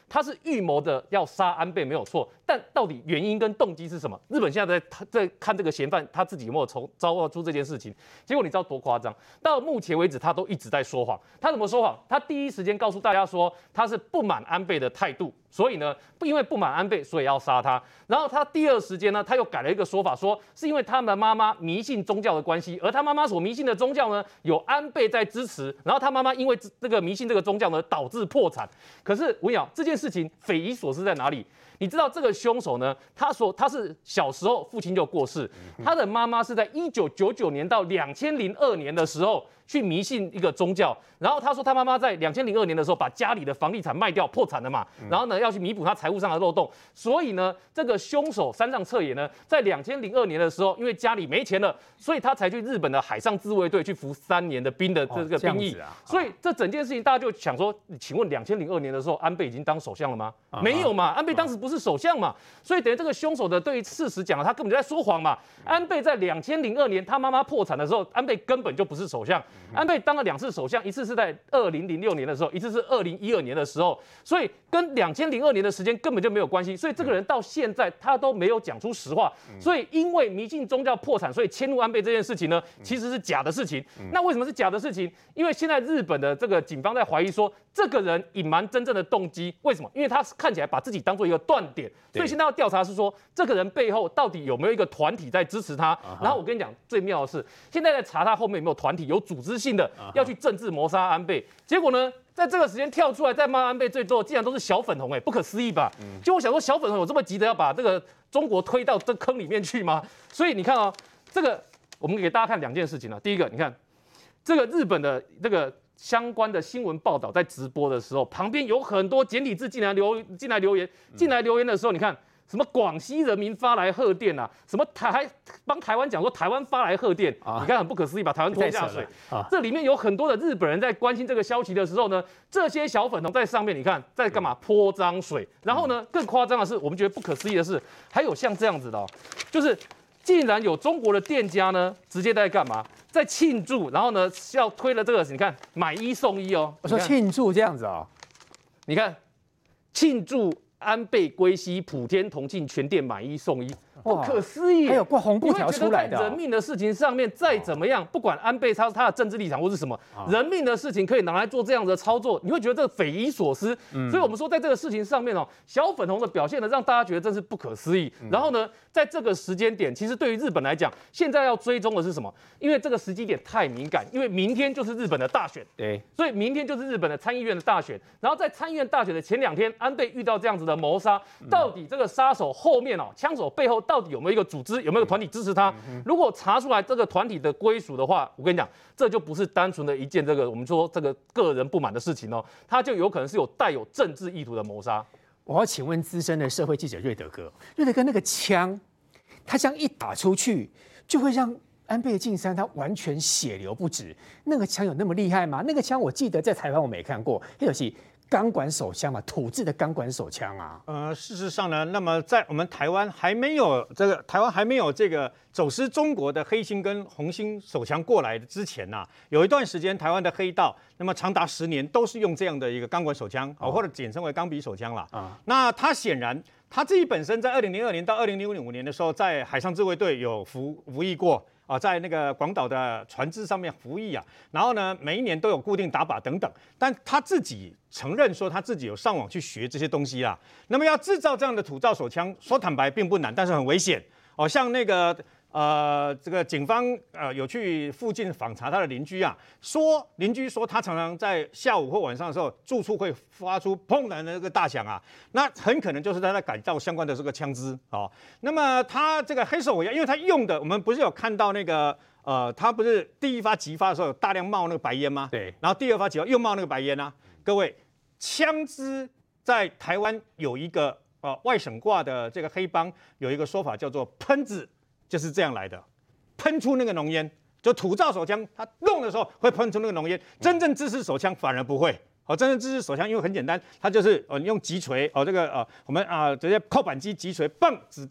他是预谋的要杀安倍没有错，但到底原因跟动机是什么？日本现在在在看这个嫌犯他自己有没有从招闹出这件事情。结果你知道多夸张？到目前为止他都一直在说谎。他怎么说谎？他第一时间告诉大家说他是不满安倍的态度。所以呢，因为不满安倍，所以要杀他。然后他第二时间呢，他又改了一个说法，说是因为他们的妈妈迷信宗教的关系，而他妈妈所迷信的宗教呢，有安倍在支持。然后他妈妈因为这个迷信这个宗教呢，导致破产。可是我跟你讲，这件事情匪夷所思在哪里？你知道这个凶手呢？他说他是小时候父亲就过世，他的妈妈是在一九九九年到两千零二年的时候去迷信一个宗教，然后他说他妈妈在两千零二年的时候把家里的房地产卖掉破产了嘛，然后呢要去弥补他财务上的漏洞，所以呢这个凶手山上彻也呢在两千零二年的时候，因为家里没钱了，所以他才去日本的海上自卫队去服三年的兵的这个兵役，哦啊、所以这整件事情大家就想说，请问两千零二年的时候安倍已经当首相了吗？啊、没有嘛，安倍当时不是首相嘛，所以等于这个凶手的对于事实讲了，他根本就在说谎嘛。安倍在两千零二年他妈妈破产的时候，安倍根本就不是首相。安倍当了两次首相，一次是在二零零六年的时候，一次是二零一二年的时候，所以跟两千零二年的时间根本就没有关系。所以这个人到现在他都没有讲出实话。所以因为迷信宗教破产，所以迁怒安倍这件事情呢，其实是假的事情。那为什么是假的事情？因为现在日本的这个警方在怀疑说，这个人隐瞒真正的动机。为什么？因为他看起来把自己当做一个断点，所以现在要调查是说，这个人背后到底有没有一个团体在支持他？然后我跟你讲，最妙的是，现在在查他后面有没有团体有组织性的要去政治谋杀安倍。结果呢，在这个时间跳出来再骂安倍最多，竟然都是小粉红，哎，不可思议吧？就我想说，小粉红有这么急的要把这个中国推到这坑里面去吗？所以你看哦，这个我们给大家看两件事情了。第一个，你看这个日本的这个相关的新闻报道在直播的时候，旁边有很多简体字进来留进来留言，进来留言的时候，你看。什么广西人民发来贺电啊？什么台还帮台湾讲说台湾发来贺电，啊、你看很不可思议，把台湾拖下水。啊、这里面有很多的日本人在关心这个消息的时候呢，这些小粉红在上面，你看在干嘛？泼脏水。然后呢，更夸张的是，我们觉得不可思议的是，还有像这样子的、哦，就是竟然有中国的店家呢，直接在干嘛？在庆祝，然后呢要推了这个，你看买一送一哦。 我说庆祝这样子哦， 你看庆祝。安倍归西，普天同庆，全店买一送一，不可思议！ 还有挂红布条出来的。 人命的事情上面再怎么样，不管安倍他他的政治立场或是什么，人命的事情可以拿来做这样的操作，你会觉得这个匪夷所思。嗯、所以我们说，在这个事情上面哦，小粉红的表现呢，让大家觉得真是不可思议。嗯、然后呢，在这个时间点，其实对于日本来讲，现在要追踪的是什么？因为这个时机点太敏感，因为明天就是日本的大选， 对， 所以明天就是日本的参议院的大选。然后在参议院大选的前两天，安倍遇到这样子的谋杀。到底这个杀手后面哦，枪手背后到底有没有一个组织，有没有一个团体支持他？如果查出来这个团体的归属的话，我跟你讲，这就不是单纯的一件这个我们说这个个人不满的事情哦，他就有可能是有带有政治意图的谋杀。 我要请问资深的社会记者瑞德哥，瑞德哥那个枪，他这样一打出去，就会让安倍晋三他完全血流不止。那个枪有那么厉害吗？那个枪我记得在台湾我没看过，就是。钢管手枪嘛，土制的钢管手枪啊。 呃，事实上呢，那么在我们台湾还没有这个台湾还没有这个走私中国的黑心跟红心手枪过来之前呐、啊，有一段时间台湾的黑道，那么长达十年都是用这样的一个钢管手枪，哦，或者简称为钢笔手枪啦。啊，那他显然他自己本身在二零零二年到二零零五年的时候，在海上自卫队有服服役过。啊，在那个广岛的船只上面服役啊，然后呢，每一年都有固定打靶等等，但他自己承认说他自己有上网去学这些东西啦。那么要制造这样的土造手枪，说坦白并不难，但是很危险哦。像那个呃，这个警方呃有去附近访查他的邻居啊，说邻居说他常常在下午或晚上的时候，住处会发出砰的那个大响啊，那很可能就是他在改造相关的这个枪支哦。那么他这个黑手尾，因为他用的，我们不是有看到那个呃，他不是第一发击发的时候有大量冒那个白烟吗？对。然后第二发击发又冒那个白烟啊，各位，枪支在台湾有一个呃外省挂的这个黑帮有一个说法叫做喷子。就是这样来的，喷出那个浓烟，就土造手枪，它弄的时候会喷出那个浓烟，真正制式手枪反而不会。哦，真正制式手枪因为很简单，它就是呃用击锤哦，这个呃我们啊、呃、直接扣扳机击锤，嘣，子弹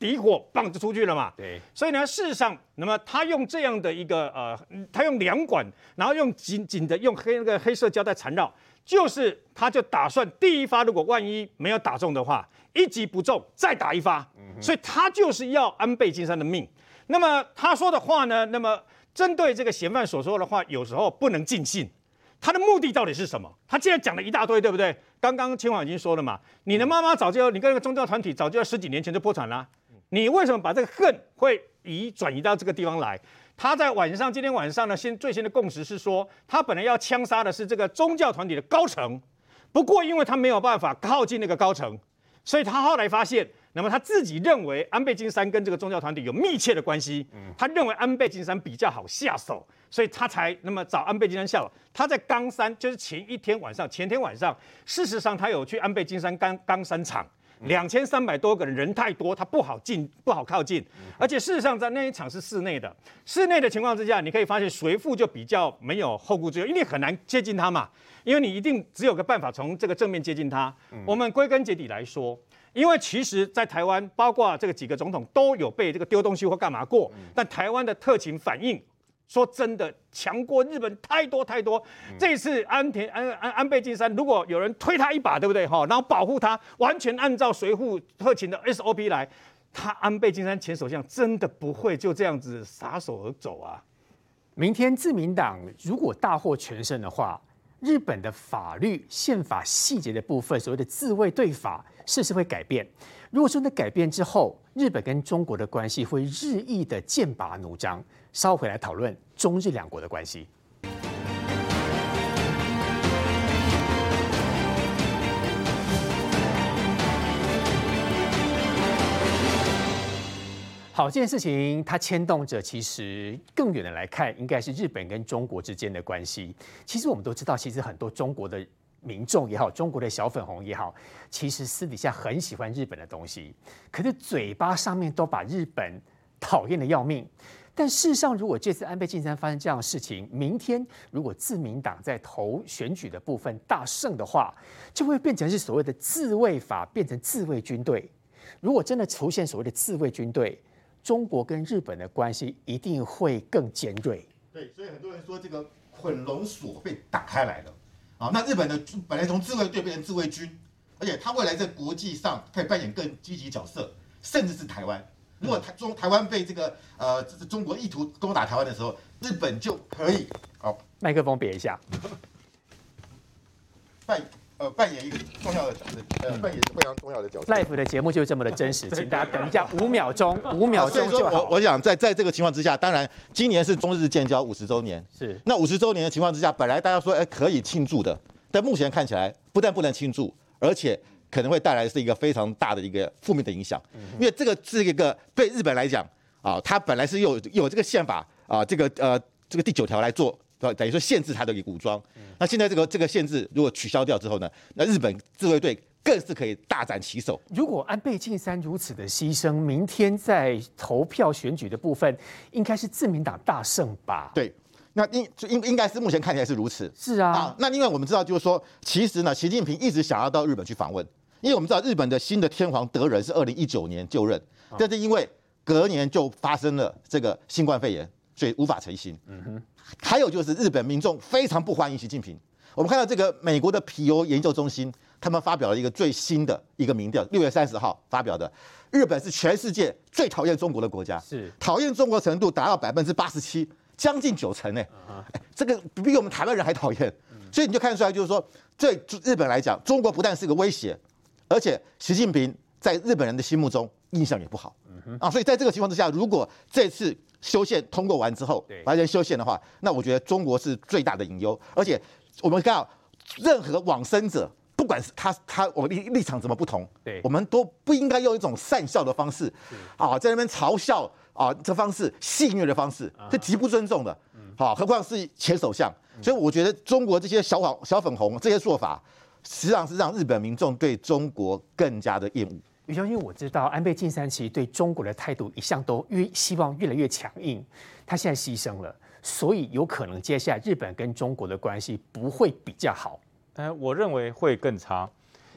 底火棒就出去了嘛。 对， 所以呢，事实上，那么他用这样的一个呃，他用两管，然后用紧紧的用黑那个黑色胶带缠绕，就是他就打算第一发如果万一没有打中的话，一击不中再打一发，所以他就是要安倍晋三的命。那么他说的话呢，那么针对这个嫌犯所说的话，有时候不能尽信。他的目的到底是什么？他既然讲了一大堆，对不对？刚刚清华已经说了嘛，你的妈妈早就，你跟那个宗教团体早就要十几年前就破产啦，你为什么把这个恨会移转移到这个地方来？他在晚上，今天晚上呢，新最新的共识是说，他本来要枪杀的是这个宗教团体的高层，不过因为他没有办法靠近那个高层，所以他后来发现。那么他自己认为安倍晋三跟这个宗教团体有密切的关系，他认为安倍晋三比较好下手，所以他才那么找安倍晋三下手。他在冈山，就是前一天晚上、前天晚上，事实上他有去安倍晋三冈冈山场，两千三百多个人，人太多，他不好进，不好靠近。而且事实上在那一场是室内的，室内的情况之下，你可以发现随扈就比较没有后顾之忧，因为很难接近他嘛，因为你一定只有个办法从这个正面接近他。我们归根结底来说。因为其实，在台湾，包括这个几个总统都有被这个丢东西或干嘛过，但台湾的特勤反应，说真的强过日本太多太多。这次安田安安安倍晋三，如果有人推他一把，对不对？哈，然后保护他，完全按照随扈特勤的 S O P 来，他安倍晋三前首相真的不会就这样子撒手而走啊。 明天自民党如果大获全胜的话，日本的法律宪法细节的部分，所谓的自卫队法，是不是会改变？如果说那改变之后，日本跟中国的关系会日益的剑拔弩张。稍后回来讨论中日两国的关系。好，这件事情它牵动着，其实更远的来看，应该是日本跟中国之间的关系。其实我们都知道，其实很多中国的民众也好，中国的小粉红也好，其实私底下很喜欢日本的东西，可是嘴巴上面都把日本讨厌的要命。但事实上，如果这次安倍晋三发生这样的事情，明天如果自民党在投选举的部分大胜的话，就会变成是所谓的自卫法变成自卫军队。如果真的出现所谓的自卫军队，中国跟日本的关系一定会更尖锐。 对，所以很多人说这个混龙锁被打开来了。啊，那日本的本来从自卫队变成自卫军，而且他未来在国际上可以扮演更积极角色，甚至是台湾。如果台中台湾被这个呃中国意图攻打台湾的时候，日本就可以好麦克风别一下， 扮呃扮演一个重要的角色，呃扮演非常重要的角色。 Live 的节目就这么的真实，请大家等一下五秒钟，五秒钟就好。 我我想在在这个情况之下，当然今年是中日建交五十周年， 是那五十周年的情况之下，本来大家说哎可以庆祝的，但目前看起来不但不能庆祝，而且可能会带来是一个非常大的一个负面的影响，因为这个是一个对日本来讲啊，它本来是有有这个宪法啊，这个呃这个第九条来做，等于说限制它的一个武装。那现在这个这个限制如果取消掉之后呢，那日本自卫队更是可以大展旗手。 如果安倍晋三如此的牺牲，明天在投票选举的部分，应该是自民党大胜吧？ 对。那应应应该是目前看起来是如此。 是啊。 啊，那因为我们知道，就是说，其实呢，习近平一直想要到日本去访问。因为我们知道日本的新的天皇德仁是二零一九年就任，但是因为隔年就发生了这个新冠肺炎，所以无法成行。嗯哼。还有就是日本民众非常不欢迎习近平。我们看到这个美国的皮尤研究中心，他们发表了一个最新的一个民调，六月三十号发表的，日本是全世界最讨厌中国的国家， 是讨厌中国程度达到百分之八十七，将近九成呢、欸。这个比我们台湾人还讨厌。所以你就看出来，就是说，对日本来讲，中国不但是个威胁。而且习近平在日本人的心目中印象也不好啊，所以在这个情况之下，如果这次修宪通过完之后完全修宪的话，那我觉得中国是最大的隐忧。而且我们看到任何往生者，不管是他他我们立立场怎么不同，对，我们都不应该用一种善笑的方式啊，在那边嘲笑啊这方式戏谑的方式，这极不尊重的。好，何况是前首相，所以我觉得中国这些小黄小粉红这些做法。实际上是让日本民众对中国更加的厌恶。 于将军，我知道安倍晋三其实对中国的态度一向都越希望越来越强硬，他现在牺牲了，所以有可能接下来日本跟中国的关系不会比较好。 呃，我认为会更差，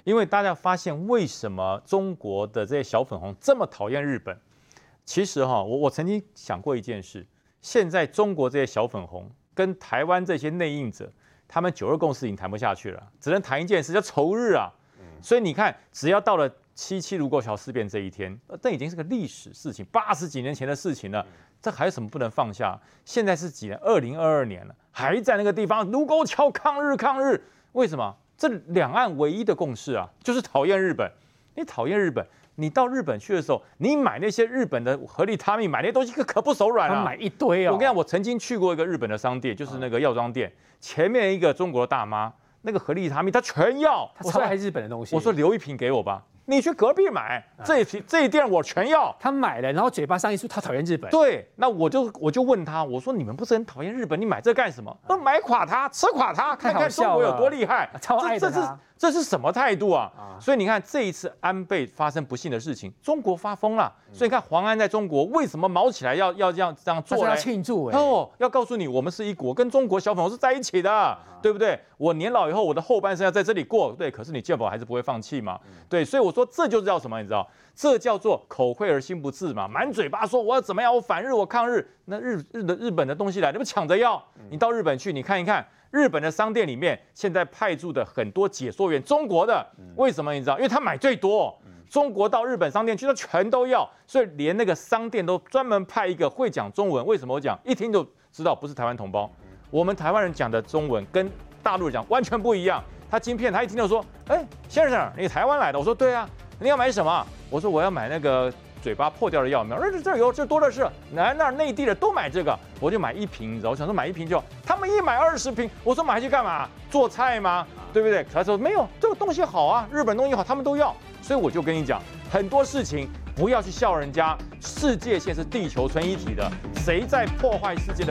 因为大家发现为什么中国的这些小粉红这么讨厌日本？其实哈，我我曾经想过一件事，现在中国这些小粉红跟台湾这些内应者，他们九二共识已经谈不下去了，只能谈一件事，叫仇日啊。所以你看，只要到了七七卢沟桥事变这一天，这已经是个历史事情，八十几年前的事情了，这还有什么不能放下？现在是几年？二零二二年了，还在那个地方卢沟桥抗日抗日，为什么？这两岸唯一的共识啊，就是讨厌日本。你讨厌日本，你到日本去的时候，你买那些日本的合利他命，买那些东西可不手软啊， 买一堆啊、哦。 我跟你讲，我曾经去过一个日本的商店，就是那个药妆店，前面一个中国的大妈。那个合利他命他全要， 他超爱日本的东西。 我说留一瓶给我吧，你去隔壁买，这一瓶这一店我全要。 他买了，然后嘴巴上一说他讨厌日本。 对，那我就我就问他，我说你们不是很讨厌日本，你买这干什么？那买垮它，吃垮它，看看中国有多厉害， 超爱的他。 这是什么态度啊？啊所以你看这一次安倍发生不幸的事情，中国发疯了。嗯、所以你看黄安在中国为什么毛起来要要这样这样做来庆祝、欸？ 哦，要告诉你我们是一国，跟中国小粉红是在一起的，啊、对不对？我年老以后我的后半生要在这里过，对。可是你健保还是不会放弃嘛，嗯、对。所以我说这就叫什么？你知道？这叫做口惠而心不至嘛，满嘴巴说我要怎么样，我反日，我抗日。那日日的日本的东西来，你们抢着要。你到日本去，你看一看。日本的商店里面现在派驻的很多解说员，中国的，为什么你知道？因为他买最多，中国到日本商店去，他全都要，所以连那个商店都专门派一个会讲中文。为什么我讲？一听就知道不是台湾同胞。我们台湾人讲的中文跟大陆人讲完全不一样。他晶片，他一听就说：“哎，先生，你台湾来的？”我说：“对啊。”你要买什么？我说：“我要买那个。”嘴巴破掉的药苗，这这有这多的是，那那内地的都买这个，我就买一瓶，你知道，我想说买一瓶就好，他们一买二十瓶，我说买去干嘛？做菜吗？对不对？他说没有，这个东西好啊，日本东西好，他们都要，所以我就跟你讲，很多事情不要去笑人家，世界线是地球村一体的，谁在破坏世界的